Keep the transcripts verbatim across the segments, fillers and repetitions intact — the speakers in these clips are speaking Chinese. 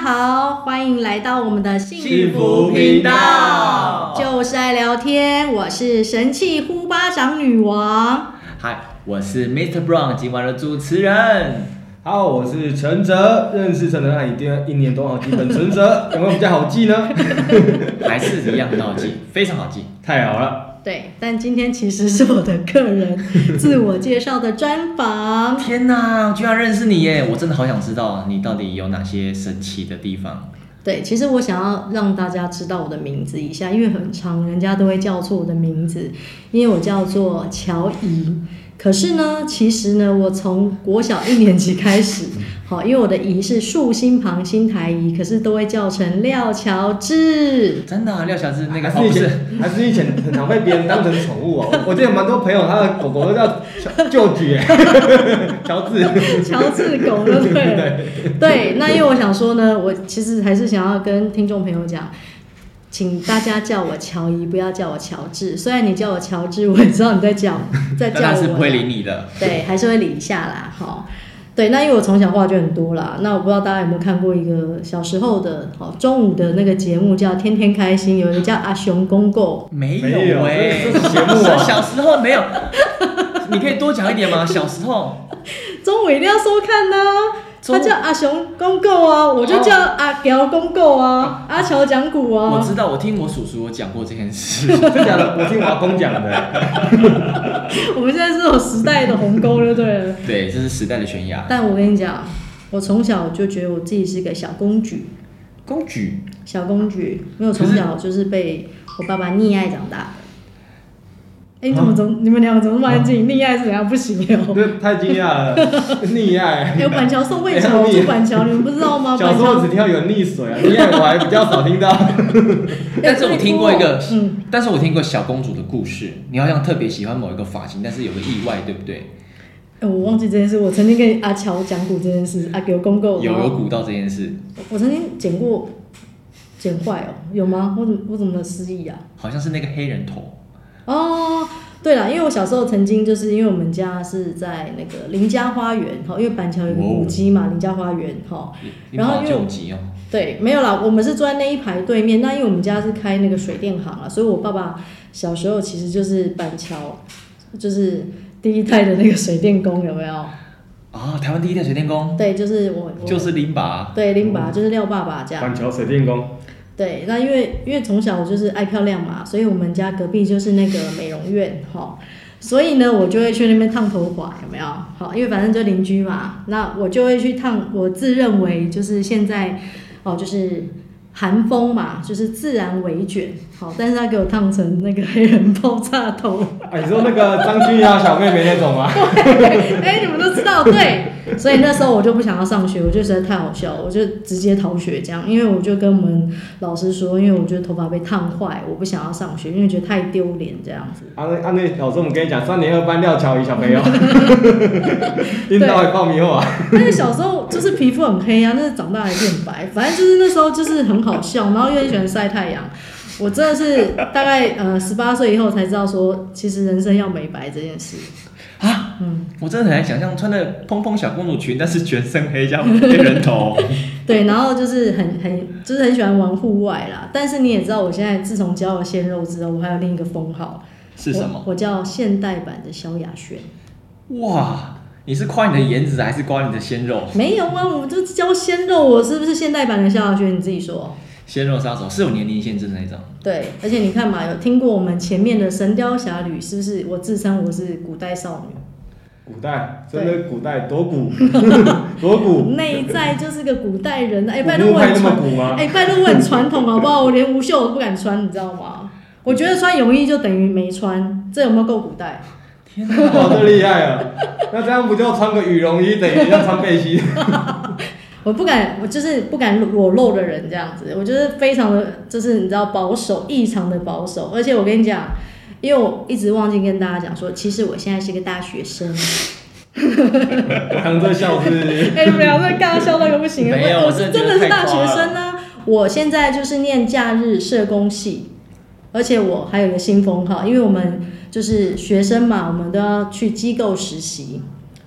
好，欢迎来到我们的幸福频道， 就是爱聊天。我是神气呼巴掌女王。 嗨，我是 Mister Brown， 今晚的主持人。 好，我是陈哲，认识陈哲那一定一年多好记本陈哲，有没有比较好记呢？ 还是一样很好记，非常好记， 太好了。 对，但今天其实是我的个人自我介绍的专访。 天哪，居然认识你耶！我真的好想知道你到底有哪些神奇的地方。 对，其实我想要让大家知道我的名字一下，因为很常人家都会叫错我的名字，因为我叫做乔怡。可是呢，其实呢，我从国小一年级开始，好，因为我的怡是竖心旁心台怡，可是都会叫成廖乔治。 真的、啊，廖乔治那个还是以前、哦、还是以前很常被别人当成宠物哦。我记得有蛮多朋友，他的狗狗都叫舅举，乔治， 乔治狗对不对？对，那因为我想说呢，我其实还是想要跟听众朋友讲。请大家叫我乔怡，不要叫我乔治。虽然你叫我乔治，我也知道你在叫，在叫我， 但是不会理你的。 对，还是会理一下啦。好，对，那因为我从小话就很多啦。那我不知道大家有没有看过一个小时候的，好中午的那个节目叫《天天开心》，有一个叫阿雄公购。 没有哎、欸， 这是节目啊。 小时候没有，你可以多讲一点吗？小时候中午一定要收看呢、啊。他叫阿雄公购啊，我就叫阿乔公购啊，阿乔讲古啊。 我知道，我听我叔叔讲过这件事。 真的假的？我听我阿公讲的。 我们现在是有时代的鸿沟，就对了。 对，这是时代的悬崖。 但我跟你讲，我从小就觉得我自己是个小公举。 公举？ 小公举，因为我从小就是被我爸爸溺爱长大的。哎、欸，你怎么怎、啊、你们两个怎么那么安静？溺爱是怎样不行哦？ 这太惊讶了，溺爱。 还有板桥宋慧乔住板桥，你们不知道吗？ 小时候只听到有人溺水啊，溺爱我还比较少听到。 但是我听过一个， 嗯， 但是我听过小公主的故事。你好像特别喜欢某一个发型，但是有个意外，对不对？ 欸、我忘记这件事。我曾经跟阿乔讲过这件事，阿给我公购有有鼓到这件事。 我曾经剪过，剪坏哦，有吗？我怎么我怎么的失忆啊？ 好像是那个黑人头。 哦，对了，因为我小时候曾经就是因为我们家是在那个林家花园，因为板桥有个古迹嘛，林家花园哈。然后因为哦， 对，没有啦，我们是坐在那一排对面。那因为我们家是开那个水电行啊，所以我爸爸小时候其实就是板桥，就是第一代的那个水电工，有没有？ 啊，台湾第一代水电工。 对，就是我，我就是林爸。 对，林爸就是廖爸爸这样。 板桥水电工。 对，那因为因为从小我就是爱漂亮嘛，所以我们家隔壁就是那个美容院哈，所以呢我就会去那边烫头发，有没有？好，因为反正就邻居嘛，那我就会去烫。我自认为就是现在哦，就是韩风嘛，就是自然微卷，好，但是他给我烫成那个黑人爆炸头。 哎，你说那个张君雅小妹妹那种吗？ 哎、欸，你们都知道，对。所以那时候我就不想要上学，我觉得实在太好笑了，我就直接逃学这样。因为我就跟我们老师说，因为我觉得头发被烫坏，我不想要上学，因为觉得太丢脸这样子。 啊那啊那老师我们跟你讲，三年二班廖乔怡小朋友，领导还爆米花啊。 那个小时候就是皮肤很黑啊，那是长大还变白，反正就是那时候就是很好笑，然后又很喜欢晒太阳。我真的是大概呃十八岁以后才知道说，其实人生要美白这件事。 啊，嗯，我真的很难想象穿的蓬蓬小公主裙，但是全身黑加黑人头。 对，然后就是很很就是很喜欢玩户外啦。但是你也知道，我现在自从教了鲜肉之后，我还有另一个封号是什么？ 我, 我叫现代版的萧亚轩。 哇，你是夸你的颜值还是夸你的鲜肉？ 没有啊，我就教鲜肉，我是不是现代版的萧亚轩？你自己说。 鲜肉杀手是有年龄限制的那种。对， 而且你看嘛，有听过我们前面的《神雕侠侣》，是不是？我自称我是古代少女。 古代，真的古代多古，多古。 内在就是个古代人，哎、欸，拜托我很传，哎、欸，拜托我很传统好不好？我连无袖我都不敢穿，你知道吗？我觉得穿泳衣就等于没穿，这有没有够古代？ 天哪， 哇，这厉害了！那这样不就穿个羽绒衣等于要穿背心？ 我不敢，我就是不敢裸露的人这样子，我就是非常的，就是你知道保守，异常的保守。而且我跟你讲，因为我一直忘记跟大家讲说，其实我现在是个大学生。 我刚这笑是， 哎、欸，你们俩在尬笑那个不行， 没有， 我是真的是大学生啊。我现在就是念假日社工系，而且我还有一个新封号，因为我们就是学生嘛，我们都要去机构实习。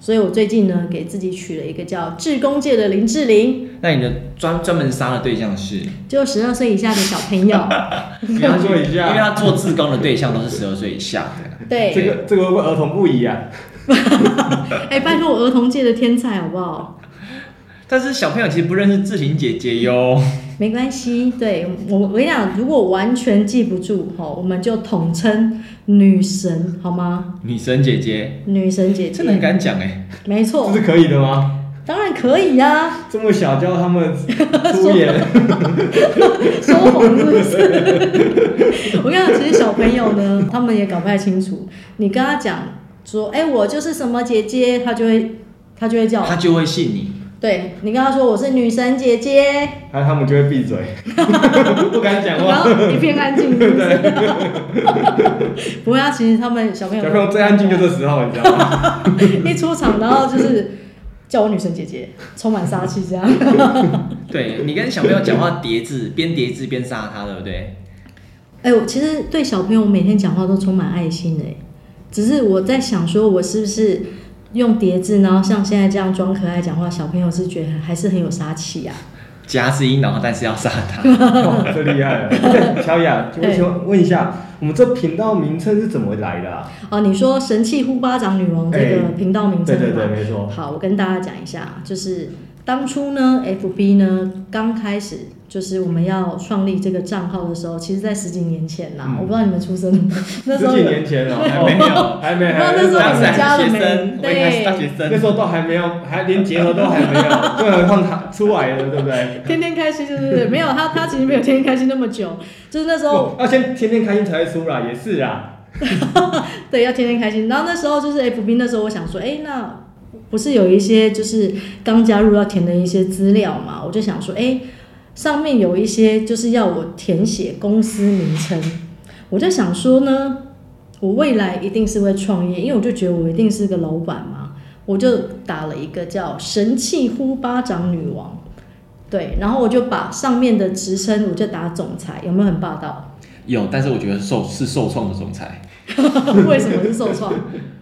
所以我最近呢给自己取了一个叫志工界的林志玲。 那你的专专门杀的对象是？ 就十二岁以下的小朋友。 你要说一下， 因为他做志工的对象都是十二岁以下的。 对， 这个这个会不会儿童不宜啊？ 哎、欸，拜托我儿童界的天才好不好？ 但是小朋友其实不认识志玲姐姐哟。 没关系，对我我跟你讲，如果完全记不住吼，我们就统称女神好吗？ 女神姐姐， 女神姐姐， 真的很敢讲哎。 没错， 这是可以的吗？ 当然可以呀、啊。 这么小教他们出演， 说谎是不是？我跟你讲，其实小朋友呢，他们也搞不太清楚。你跟他讲说，哎、欸，我就是什么姐姐，他就会他就会叫， 他就会信你。 对，你跟他说我是女神姐姐， 还有他们就会闭嘴，不敢讲话， 然后一片安静，是不是？不会啊，其实他们小朋友小朋友最安静就这时候，你知道吗？ 一出场，然后就是叫我女神姐姐，充满杀气这样。 对，你跟小朋友讲话叠字，边叠字边杀他，对不对？ 哎、欸，我其实对小朋友每天讲话都充满爱心的，只是我在想说，我是不是用叠字，然后像现在这样装可爱讲话，小朋友是觉得还是很有杀气啊。 夹字音，然后但是要杀他， 哇，这厉害了！乔雅，我想问一下，我们这频道名称是怎么来的啊？ 哦，你说神气呼巴掌女王这个频道名称、欸、 对对对，没错。 好，我跟大家讲一下，就是当初呢 ，F B 呢刚开始就是我们要创立这个账号的时候，其实在十几年前啦，嗯、我不知道你们出生了那时候十几年前哦、喔，还没有，还没， 还没。那时候你们家了没？对， 大学生， 那时候都还没有，还连结合都还没有，更何况他出来了，对不对？ 天天开心是不是？没有，他他其实没有天天开心那么久，就是那时候要先天天开心才会出来，也是啊。 对，要天天开心。然后那时候就是 F B， 那时候我想说，哎、欸，那不是有一些就是刚加入要填的一些资料嘛？我就想说，哎、欸。上面有一些就是要我填写公司名称，我就想说呢，我未来一定是会创业，因为我就觉得我一定是个老板嘛，我就打了一个叫神气呼巴掌女王，对，然后我就把上面的职称我就打总裁，有没有很霸道？ 有，但是我觉得受是受创的总裁。 为什么是受创？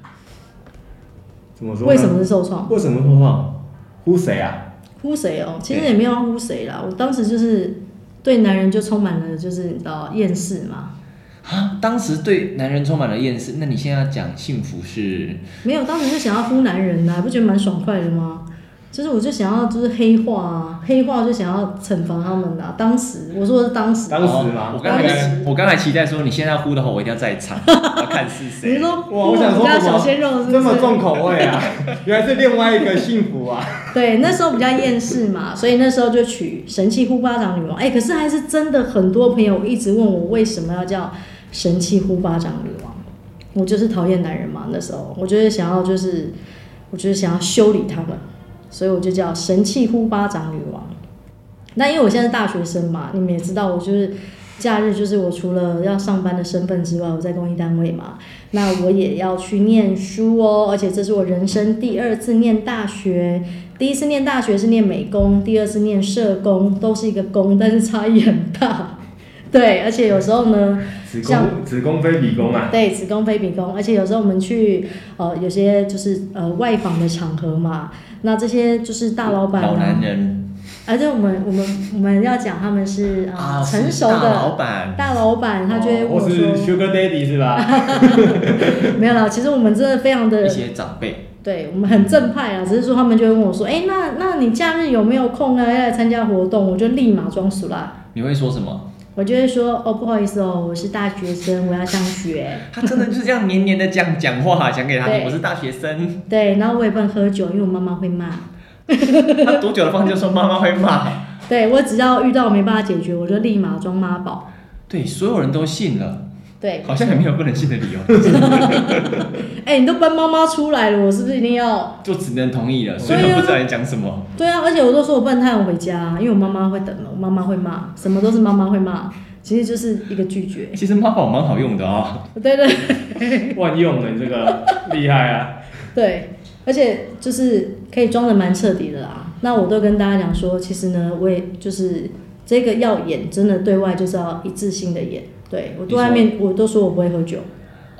怎么说？ 为什么是受创？ 为什么受创？呼谁啊？ 呼谁哦？其实也没有呼谁啦。我当时就是对男人就充满了就是你知道厌世嘛。 啊，当时对男人充满了厌世，那你现在讲幸福是？ 没有，当时就想要呼男人呐、啊，不觉得蛮爽快的吗？就是我就想要就是黑化啊，黑化就想要惩罚他们啊。当时我说的是当时， 当时吗？ 我刚才我刚才期待说你现在呼的话，我一定要在场，要看是谁。 你说哇，我想说加小鲜肉是不是这么重口味啊？原来是另外一个幸福啊。 对，那时候比较厌世嘛，所以那时候就取神气呼巴掌女王。哎、欸，可是还是真的很多朋友一直问我为什么要叫神气呼巴掌女王。我就是讨厌男人嘛，那时候我就是想要就是我就是想要修理他们。所以我就叫神气呼巴掌女王。那因为我现在是大学生嘛，你们也知道，我就是假日就是我除了要上班的身份之外，我在公益单位嘛，那我也要去念书哦。而且这是我人生第二次念大学，第一次念大学是念美工，第二次念社工，都是一个工，但是差异很大。对，而且有时候呢， 子宫子宫非比宫啊。 对，子宫非比宫，而且有时候我们去呃有些就是呃外访的场合嘛，那这些就是大老板、啊、 老男人， 而且我们我们我们要讲他们是啊、呃、成熟的大老板， 大老板他就会问我说， 我是 Sugar Daddy 是吧？ 没有啦，其实我们真的非常的一些长辈。 对，我们很正派啊，只是说他们就会问我说，哎、欸，那那你假日有没有空啊？要来参加活动？我就立马装熟啦。 你会说什么？ 我就会说哦，不好意思哦，我是大学生，我要上学。 他真的就是这样黏黏的讲讲话，讲给他听，我是大学生。 对，然后我也不能喝酒，因为我妈妈会骂。 他多久的方就说妈妈会骂？ 对，我只要遇到没办法解决，我就立马装妈宝。 对，所有人都信了。 对， 好像也没有不能信的理由。 哎、欸，你都搬妈妈出来了，我是不是一定要？ 就只能同意了，所以都不知道你讲什么。 对啊，而且我都说我不能太晚回家，因为我妈妈会等了，我妈妈会骂，什么都是妈妈会骂，其实就是一个拒绝。 其实妈宝蛮好用的哦。 对对。 万用的，你这个厉害啊！ 对，而且就是可以装的蛮彻底的啦。那我都跟大家讲说，其实呢，我也就是这个要演，真的对外就是要一致性的演。对，我对外面我都说我不会喝酒。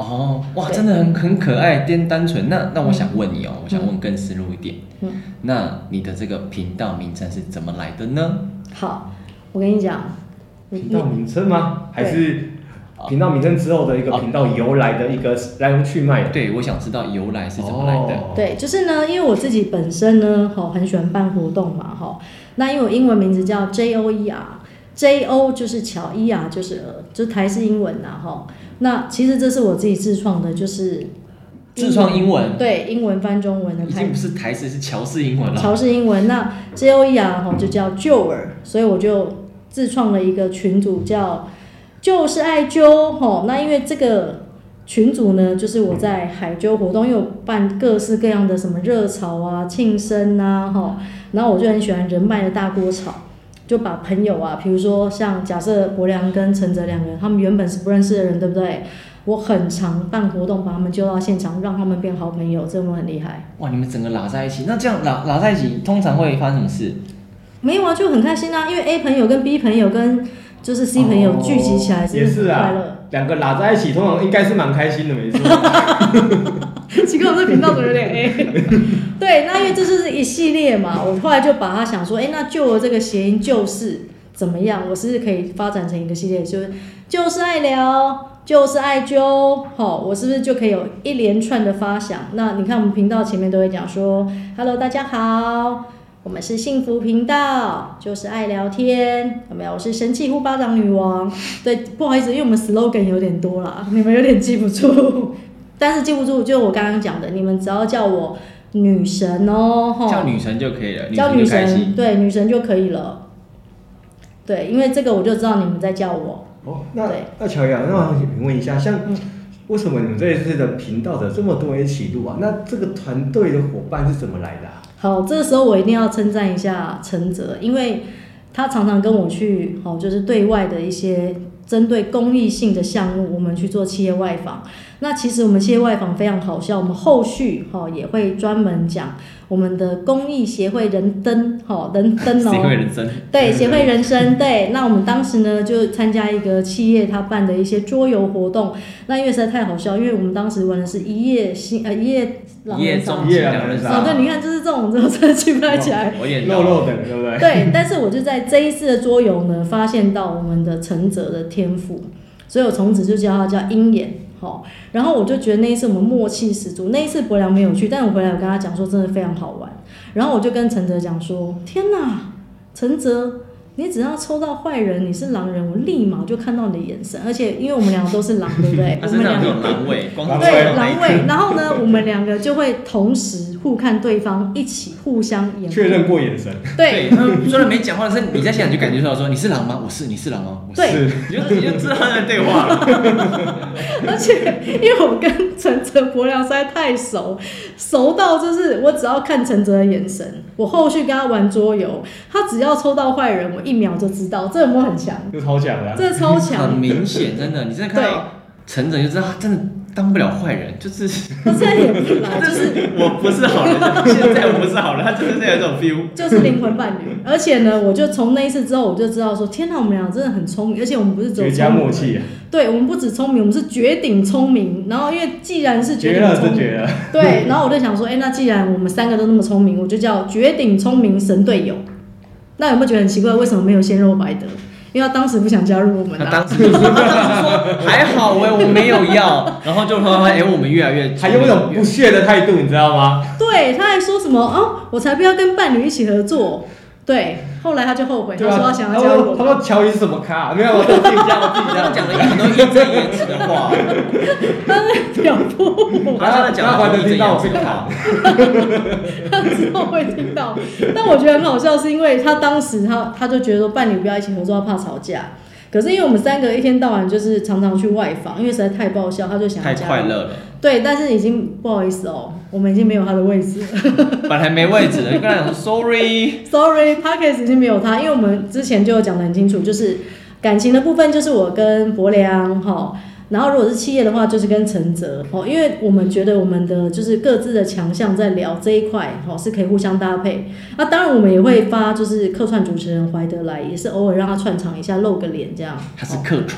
哦，哇，真的很很可爱，颠单纯。那那我想问你哦，嗯、我想问更深入一点。嗯，那你的这个频道名称是怎么来的呢？ 好，我跟你讲， 频道名称吗？还是频道名称之后的一个频道由来的一个来龙去脉？ 对，我想知道由来是怎么来的。 哦、对，就是呢，因为我自己本身呢，哈，很喜欢办活动嘛，哈。那因为我英文名字叫 J O E R，J O 就是巧 ，E R 就是呃，就台式英文呐，哈。那其实这是我自己自创的，就是自创英文， 对，英文翻中文的， 已经不是台式，是乔式英文了。 乔式英文，那 J O E R 哈就叫救儿，所以我就自创了一个群组叫就是爱揪哈。那因为这个群组呢，就是我在海揪活动，因为我办各式各样的什么热炒啊、庆生啊哈，然后我就很喜欢人脉的大锅炒。就把朋友啊，比如说像假设伯良跟陈哲两个人，他们原本是不认识的人，对不对？我很常办活动，把他们揪到现场，让他们变好朋友，这有很厉害。 哇，你们整个拉在一起，那这样拉拉在一起，通常会发生什么事？ 没有啊，就很开心啊，因为 A 朋友跟 B 朋友跟就是 C 朋友聚集起来， 也是啊，两个拉在一起，通常应该是蛮开心的，没错。 奇怪，我这频道怎么有点 A？ 对，那因为这就是一系列嘛，我后来就把它想说，哎、欸，那救了这个谐音就是怎么样？我是不是可以发展成一个系列，就是就是爱聊，就是爱揪，好，我是不是就可以有一连串的发想？那你看我们频道前面都会讲说 ，Hello， 大家好。我们是幸福频道，就是爱聊天，有没有？我是神奇呼巴掌女王。对，不好意思，因为我们 slogan 有点多啦，你们有点记不住。但是记不住，就我刚刚讲的，你们只要叫我女神哦， 叫女神就可以了， 叫女神，对，女神就可以了。对，因为这个我就知道你们在叫我。 哦，那那乔雅，那我想问一下，像、嗯、为什么你们这一次的频道的这么多人一起录啊？那这个团队的伙伴是怎么来的、啊？ 好，这个时候我一定要称赞一下陈哲，因为他常常跟我去，好，就是对外的一些针对公益性的项目，我们去做企业外访。那其实我们企业外访非常好笑，我们后续哈也会专门讲我们的公益协会人灯，哈人灯哦， 协会人生， 对协会人生，对。那我们当时呢就参加一个企业他办的一些桌游活动，那因为实在太好笑，因为我们当时玩的是一夜新呃一夜狼人杀， 一夜狼人杀， 哦对，你看就是这种，这真的记不太起来， 肉肉的，对不对？ 对，但是我就在这一次的桌游呢，发现到我们的陈哲的天赋，所以我从此就叫他叫鹰眼。好，然后我就觉得那一次我们默契十足。那一次伯良没有去，但我回来我跟他讲说，真的非常好玩。然后我就跟陈哲讲说，天哪，陈哲，你只要抽到坏人，你是狼人，我立马就看到你的眼神。而且因为我们两个都是狼，对不对？ 他身上有狼味，光对狼味。然后呢，我们两个就会同时互看对方，一起互相眼确认过眼神。 对， 对虽然没讲话，但是你在现场就感觉到说你是狼吗？我是，你是狼吗？我是，你就你就知道他在对话了。 而且因为我跟陈哲伯良实在太熟，熟到就是我只要看陈哲的眼神，我后续跟他玩桌游，他只要抽到坏人，我一秒就知道，这有没有很强？ 这超强的、啊， 这超强， 很明显，真的，你真的看到陈哲就知道他真的当不了坏人，就是他现在也不来，就是我不是好人，现在我不是好人，他真的是有这种 feel， 就是灵魂伴侣。而且呢，我就从那一次之后，我就知道说，天哪，我们俩真的很聪明，而且我们不是只有绝佳默契、啊， 对，我们不止聪明，我们是绝顶聪明。然后因为既然是绝顶聪明， 绝了， 对，然后我就想说，哎、欸，那既然我们三个都那么聪明，我就叫绝顶聪明神队友。那有没有觉得很奇怪？为什么没有鲜肉白德？因为他当时不想加入我们、啊， 他当时就说，他当时说还好哎、欸，我没有要，然后就说哎、欸，我们越来越， 还用一种不屑的态度，你知道吗？ 对，他还说什么哦，我才不要跟伴侣一起合作。对，后来他就后悔，他说他想要加入我。 他说乔伊是什么咖？没有，我自己加，我自己加。 他讲了很多义正言辞的话， 他在挑拨我。 他真的讲了很多义正言辞的话。 他之后会听到，但我觉得很好笑，是因为他当时他他就觉得说伴侣不要一起合作，他怕吵架。可是因为我们三个一天到晚就是常常去外访，因为实在太爆笑，他就想要加入。 太快乐了。 对，但是已经不好意思哦，我们已经没有他的位置了。 本来没位置了，跟他讲说 sorry，sorry，podcast 已经没有他，因为我们之前就有讲得很清楚，就是感情的部分就是我跟伯良哈。然后如果是企业的话，就是跟陈哲哦，因为我们觉得我们的就是各自的强项在聊这一块哦，是可以互相搭配。那、啊、当然我们也会发，就是客串主持人怀德来，也是偶尔让他串场一下，露个脸这样。 他是客串、哦，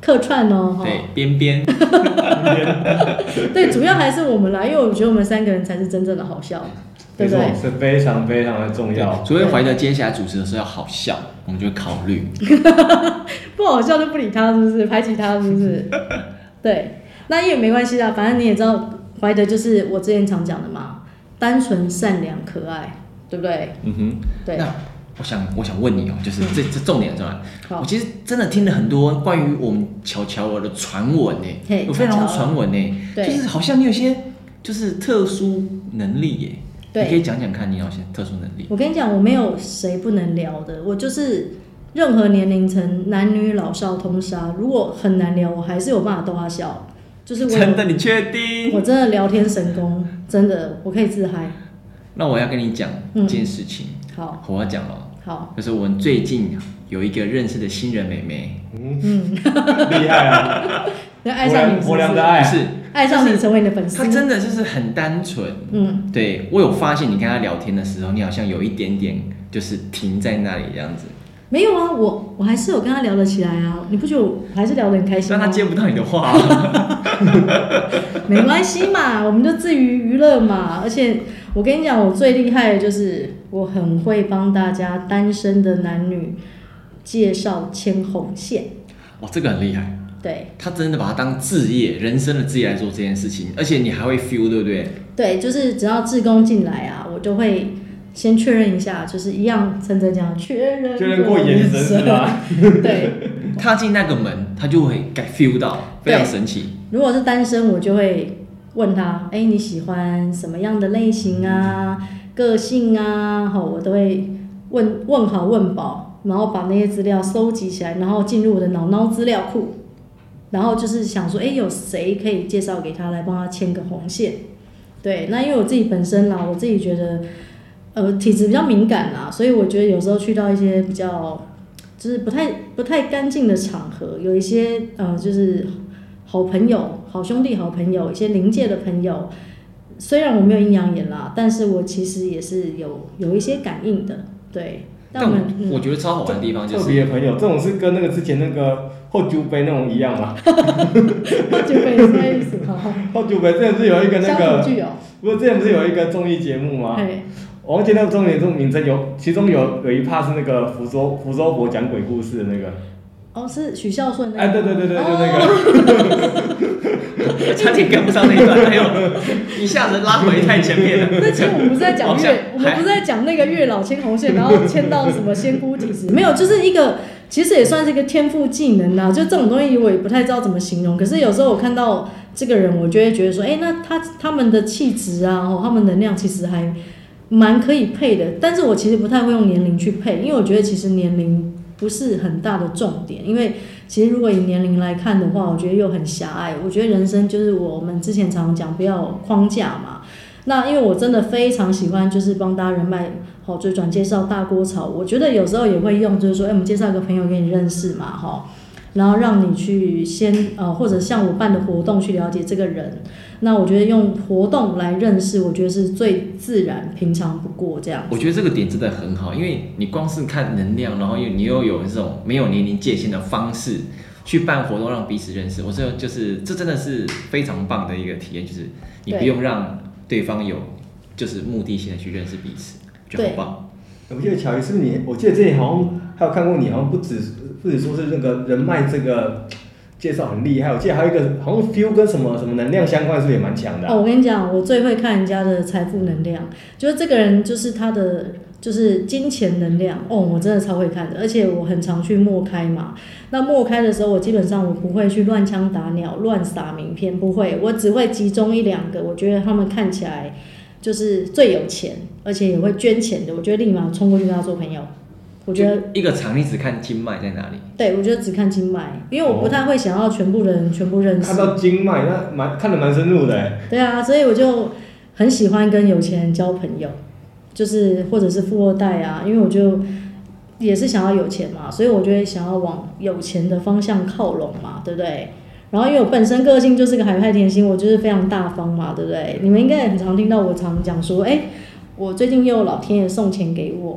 客串哦， 对，边边， 对，主要还是我们啦，因为我觉得我们三个人才是真正的好笑，对不对？ 是非常非常的重要。 所以怀德接下来主持的时候要好笑，我们就会考虑。 不好笑就不理他，是不是？排挤他，是不是？对，那也没关系啦，反正你也知道，怀德就是我之前常讲的嘛，单纯、善良、可愛，对不对？ 嗯哼， 对。 那我想，我想问你哦、喔，就是这这重点重点。 好， 我其实真的听了很多关于我们乔乔儿的传闻呢，有非常多传闻呢，就是好像你有些就是特殊能力耶。你可以讲讲看你有些特殊能力。 我跟你讲，我没有谁不能聊的，我就是任何年龄层，男女老少通杀。如果很难聊，我还是有办法逗他笑。就是我真的，你确定？ 我真的聊天神功，真的，我可以自嗨。 那我要跟你讲一件事情。嗯、 好， 我要讲了。 好， 就是我们最近有一个认识的新人妹妹。 嗯，厉害啊！ 要爱上你是不是， 活良的爱是爱上你成为你的粉丝。 她真的就是很单纯。嗯，对我有发现，你跟她聊天的时候，你好像有一点点就是停在那里这样子。 没有啊，我我还是有跟她聊得起来啊，你不觉得我还是聊得很开心吗？ 但她接不到你的话、啊。 没关系嘛，我们就自娱娱乐嘛。而且我跟你讲，我最厉害的就是我很会帮大家单身的男女介绍牵红线。 哇，这个很厉害。 对， 他真的把它当志业，人生的志业来做这件事情，而且你还会 feel， 对不对？ 对，就是只要志工进来啊，我就会先确认一下，就是一样陈哲讲确认确认过眼神是吧？ 对， 踏进那个门，他就会感 feel 到，非常神奇。 如果是单身，我就会问他，哎，你喜欢什么样的类型啊？个性啊，好，我都会问问好问饱，然后把那些资料收集起来，然后进入我的脑脑资料库。然后就是想说，哎，有谁可以介绍给他来帮他牵个红线？对，那因为我自己本身啦，我自己觉得，呃，体质比较敏感啦，所以我觉得有时候去到一些比较就是不太不太干净的场合，有一些呃就是好朋友、好兄弟、好朋友，一些临界的朋友，虽然我没有阴阳眼啦，但是我其实也是有有一些感应的，对。 但我、嗯、我觉得超好玩的地方就是特别的朋友，这种是跟那个之前那个后酒杯那种一样吗？ 后酒杯是什么意思吗？ 后酒杯之前不是有一个那个， 哦、 不是之前不是有一个综艺节目吗？我忘记那个综艺节目名称有，其中有有一 part 是那个福州福州伯讲鬼故事的那个。 哦，是许孝顺那个。 哎，对对对对，就那个。差点跟不上那一段，哎呦，一下子拉回太前面了。 那其实我们不是在讲月，我们不是在讲那个月老牵红线，然后牵到什么仙姑体质，没有，就是一个，其实也算是一个天赋技能啦。就这种东西，我也不太知道怎么形容。可是有时候我看到这个人，我就会觉得说，哎、欸，那他他们的气质啊，他们能量其实还蛮可以配的。但是我其实不太会用年龄去配，因为我觉得其实年龄不是很大的重点，因为其实如果以年龄来看的话，我觉得又很狭隘。我觉得人生就是我们之前常常讲不要有框架嘛。那因为我真的非常喜欢就是帮大家人脉好追转介绍大锅炒，我觉得有时候也会用就是说，哎、欸，我们介绍一个朋友给你认识嘛，哈，然后让你去先呃或者像我办的活动去了解这个人。那我觉得用活动来认识，我觉得是最自然、平常不过这样。 我觉得这个点真的很好，因为你光是看能量，然后你又有这种没有年龄界限的方式去办活动，让彼此认识。我这就是这真的是非常棒的一个体验，就是你不用让对方有就是目的性的去认识彼此，觉得好棒。 我记得乔伊是不是你？我记得之前好像还有看过你，好像不止不止说是那个人脉这个。介绍很厉害，我记得还有一个好像 feel 跟什么什么能量相关，是不是也蛮强的、啊？ 哦，我跟你讲，我最会看人家的财富能量，就是这个人就是他的就是金钱能量哦，我真的超会看的，而且我很常去默开嘛。那默开的时候，我基本上我不会去乱枪打鸟、乱撒名片，不会，我只会集中一两个，我觉得他们看起来就是最有钱，而且也会捐钱的，我就立马冲过去跟他做朋友。我觉得一个场你只看经脉在哪里？ 对，我觉得只看经脉，因为我不太会想要全部的人全部认识。 看到经脉，那蛮看得蛮深入的哎。 对啊，所以我就很喜欢跟有钱人交朋友，就是或者是富二代啊，因为我就也是想要有钱嘛，所以我就会想要往有钱的方向靠拢嘛，对不对？然后因为我本身个性就是个海派甜心，我就是非常大方嘛，对不对？你们应该也很常听到我常讲说，哎，我最近又有老天爷送钱给我。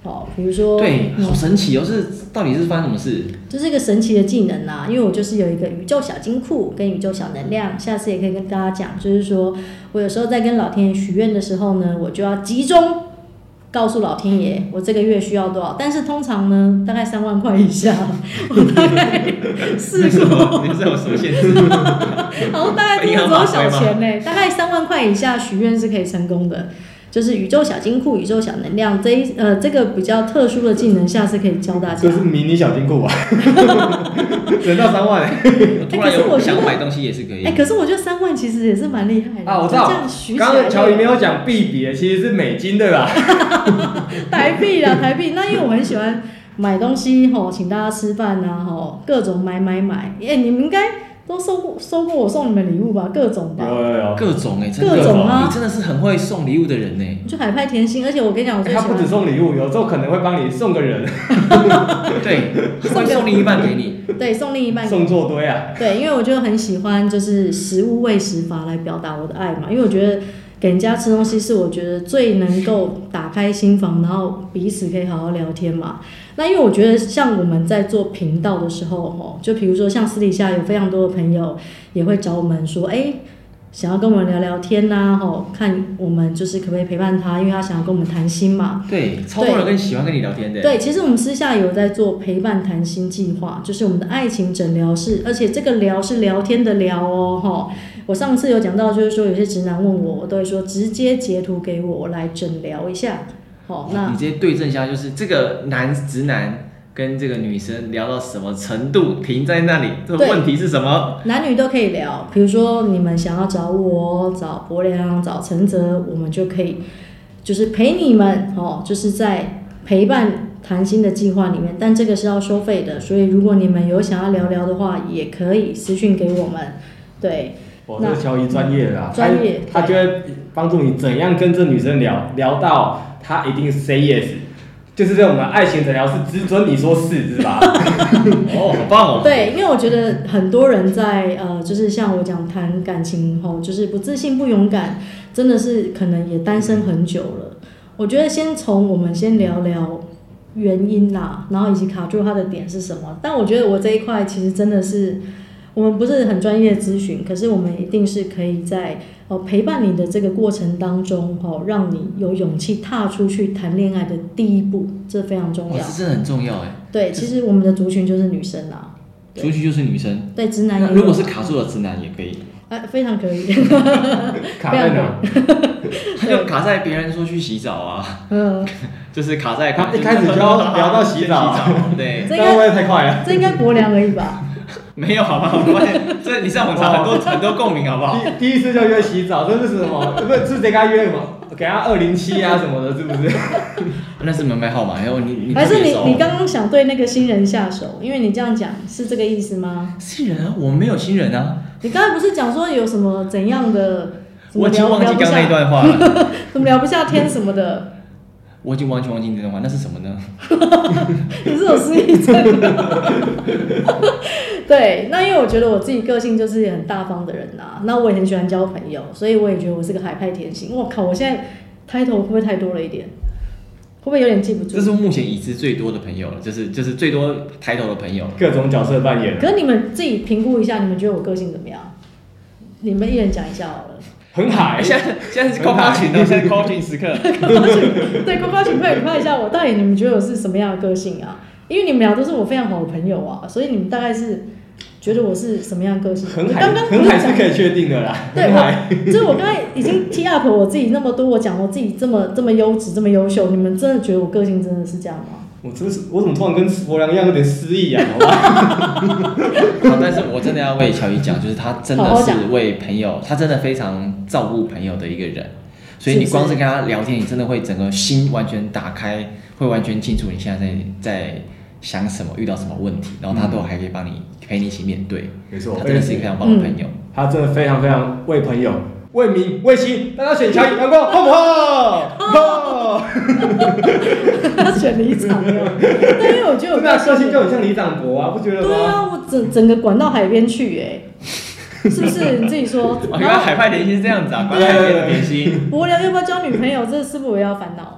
好，比如说对，好神奇哦！是到底是发生什么事？ 就是一个神奇的技能啊，因为我就是有一个宇宙小金库跟宇宙小能量，下次也可以跟大家讲，就是说我有时候在跟老天爷许愿的时候呢，我就要集中告诉老天爷我这个月需要多少，但是通常呢大概三万块以下，我大概试过， 你是有什么限制吗？ 好像大概真的只有小钱呢，大概三万块以下许愿是可以成功的。就是宇宙小金库、宇宙小能量这一呃这个比较特殊的技能，下次可以教大家。 这是迷你小金库啊，只能到三万。 突然有想买东西也是可以。 哎、欸，可是我觉得三万其实也是蛮厉害的啊！我知道，刚刚乔怡没有讲币别，其实是美金对吧？ 台币啦，台币。那因为我很喜欢买东西吼，请大家吃饭呐吼，各种买买买。哎、欸，你们应该都收过收过我送你们礼物吧？各种吧。 有有有， 各种哎、欸，真的各种啊！ 你真的是很会送礼物的人呢、欸。 就海派甜心，而且我跟你讲，我最喜欢、 欸、他不止送礼物，有时候可能会帮你送个人。 对，会送另一半给你。 对，送另一半给你。 送作堆啊。 对，因为我就很喜欢就是食物喂食法来表达我的爱嘛，因为我觉得给人家吃东西是我觉得最能够打开心房，然后彼此可以好好聊天嘛。那因为我觉得像我们在做频道的时候，就比如说像私底下有非常多的朋友也会找我们说，哎，想要跟我们聊聊天呐、啊，看我们就是可不可以陪伴他，因为他想要跟我们谈心嘛。 对，超多人跟喜欢跟你聊天的。 对，其实我们私下有在做陪伴谈心计划，就是我们的爱情诊疗室，而且这个聊是聊天的聊哦，哈。我上次有讲到，就是说有些直男问我，我都会说直接截图给我，我来诊疗一下。好，那你直接对症下，就是这个男直男跟这个女生聊到什么程度，停在那里，这个问题是什么？ 男女都可以聊，比如说你们想要找我、找博良、找陈泽，我们就可以就是陪你们哦，就是在陪伴谈心的计划里面，但这个是要收费的，所以如果你们有想要聊聊的话，也可以私讯给我们，对。 我这个乔怡专业的啦， 专业， 他就会帮助你怎样跟这女生聊，聊到她一定 say yes， 就是在我们爱情诊疗是只准你说是，是吧？ 哦，好棒哦！ 对，因为我觉得很多人在呃，就是像我讲谈感情后，就是不自信、不勇敢，真的是可能也单身很久了。我觉得先从我们先聊聊原因啦，然后以及卡住他的点是什么。但我觉得我这一块其实真的是。我们不是很专业的咨询，可是我们一定是可以在哦陪伴你的这个过程当中，哦让你有勇气踏出去谈恋爱的第一步，这非常重要。 这真的很重要哎。 对，其实我们的族群就是女生啦。 族群就是女生。 对，直男也有。 如果是卡住的直男也可以。 啊，非常可以。 卡在哪？ 他就卡在别人说去洗澡啊。嗯。就是卡在他一开始就要聊到洗澡， 对。 这应该会不会太快了？ 这应该博良而已吧。 没有好吧，我发现这你上网查很多很多共鸣好不好？ 第第一次就约洗澡，这是什么？不是是谁跟他约什么？给他二零七啊什么的，是不是？ 那是门牌号码，还有你你还是你你刚刚想对那个新人下手？因为你这样讲是这个意思吗？ 新人啊，我没有新人啊。 你刚才不是讲说有什么怎样的？ 我已经忘记刚那一段话了。 怎么聊不下天什么的？ 我已经完全忘记那段话，那是什么呢？ 你是有失忆症的。对，那因为我觉得我自己个性就是很大方的人啊，那我也很喜欢交朋友，所以我也觉得我是个海派甜心。我靠，我现在抬头会不会太多了一点？会不会有点记不住？ 这是目前已知最多的朋友了，就是就是最多抬头的朋友， 各种角色扮演。 可是你们自己评估一下，你们觉得我个性怎么样？你们一人讲一下好了。 很海， 现在现在是 call 群哦，现在 call 群时刻。 对 call 群，快点快一下我，到底你们觉得我是什么样的个性啊？因为你们俩都是我非常好的朋友啊，所以你们大概是觉得我是什么样的个性？ 很海，很海是可以确定的啦。 对，我就是我刚才已经 tee up 我自己那么多，我讲我自己这么这么优质，这么优秀，你们真的觉得我个性真的是这样吗？ 我真是，我怎么突然跟博良一样有点失忆啊？好吧。 好，但是我真的要为乔怡讲，就是他真的是为朋友，他真的非常照顾朋友的一个人。所以你光是跟他聊天，你真的会整个心完全打开，会完全清楚你现在在在想什么，遇到什么问题，然后他都还可以帮你陪你一起面对。 没错， 他真的是一个非常棒的朋友。 嗯、他真的非常非常为朋友、为民、为妻，大家选乔怡，阳光，好不好？好。 他选里长没有？但因为我觉得我个性就很像李长博啊，不觉得吗？ 对啊，我整整个管到海边去哎、欸，是不是？你自己说。 原来海派甜心是这样子啊，管海边的甜心。 博良要不要交女朋友？这是不是我也要烦恼？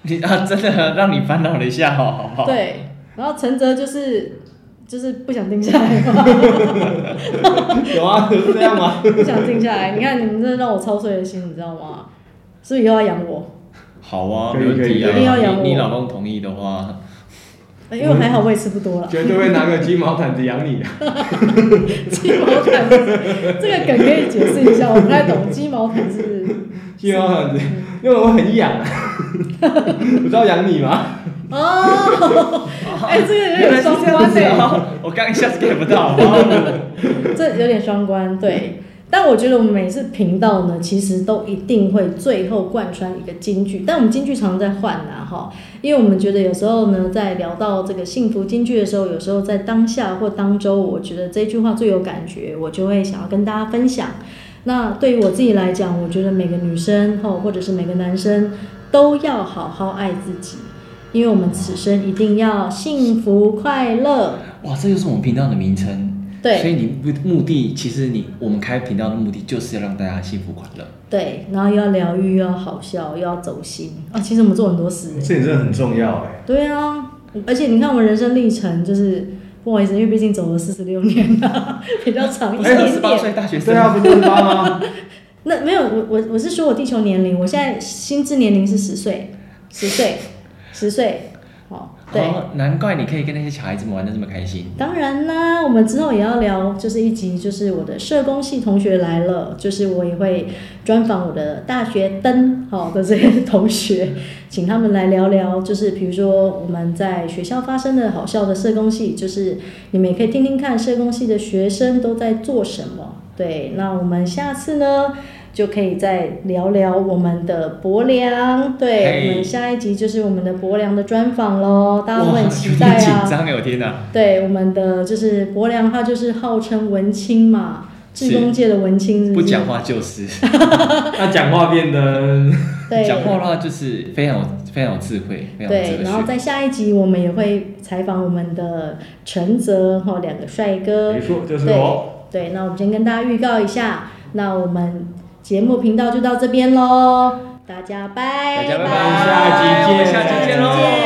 你啊，真的让你烦恼了一下，好好好。 对，然后陈泽就是就是不想定下来嘛， 有啊，有这样吗？ 不想定下来。你看你们真的让我操碎了心，你知道吗？是不是以后要养我？ 好啊， 可以没问题啊。 一定要养我你你老公同意的话， 因为还好我也吃不多了。 绝对会拿个鸡毛掸子养你的。 鸡毛掸子，这个梗可以解释一下，我不太懂鸡毛掸子。 鸡毛掸子，因为我很痒啊。我知道养你吗？ 哦，哎、欸，这个有点双关诶、欸。 我刚一下子 get 不到，好不好？ 这有点双关，对。但我觉得我们每次频道呢，其实都一定会最后贯穿一个金句，但我们金句常常在换呐，哈，因为我们觉得有时候呢，在聊到这个幸福金句的时候，有时候在当下或当周，我觉得这句话最有感觉，我就会想要跟大家分享。那对于我自己来讲，我觉得每个女生哈，或者是每个男生都要好好爱自己，因为我们此生一定要幸福快乐。 哇，这就是我们频道的名称。 对， 所以你目的其实你我们开频道的目的就是要让大家幸福快乐。 对，然后又要疗愈，又要好笑，又要走心啊！其实我们做很多事， 这点真的很重要哎。 对啊，而且你看我们人生历程，就是不好意思，因为毕竟走了四十六年了，比较长一点点。 十八岁大学生， 对啊，不是十八吗？ 那没有，我我我是说我地球年龄，我现在心智年龄是十岁，十岁，十岁。哦，对、 哦，难怪你可以跟那些小孩子们玩得这么开心。 当然啦，我们之后也要聊，就是一集，就是我的社工系同学来了，就是我也会专访我的大学登好的这些同学，请他们来聊聊，就是比如说我们在学校发生的好笑的社工系，就是你们也可以听听看社工系的学生都在做什么。对，那我们下次呢？就可以再聊聊我们的博良，对、hey. 我们下一集就是我们的博良的专访咯，大家都很期待啊！ 紧张哎，我天哪！ 对，我们的就是博良，他就是号称文青嘛，志工界的文青是不是， 不讲话就是， 他讲话变得， 对， 讲话的话就是非常有非常有智慧，非常有对，然后在下一集我们也会采访我们的陈泽哈两个帅哥， 没错，就是我。 对，那我们先跟大家预告一下，那我们。节目频道就到这边喽，大家拜拜，大家拜拜， 下集见， 下集见喽。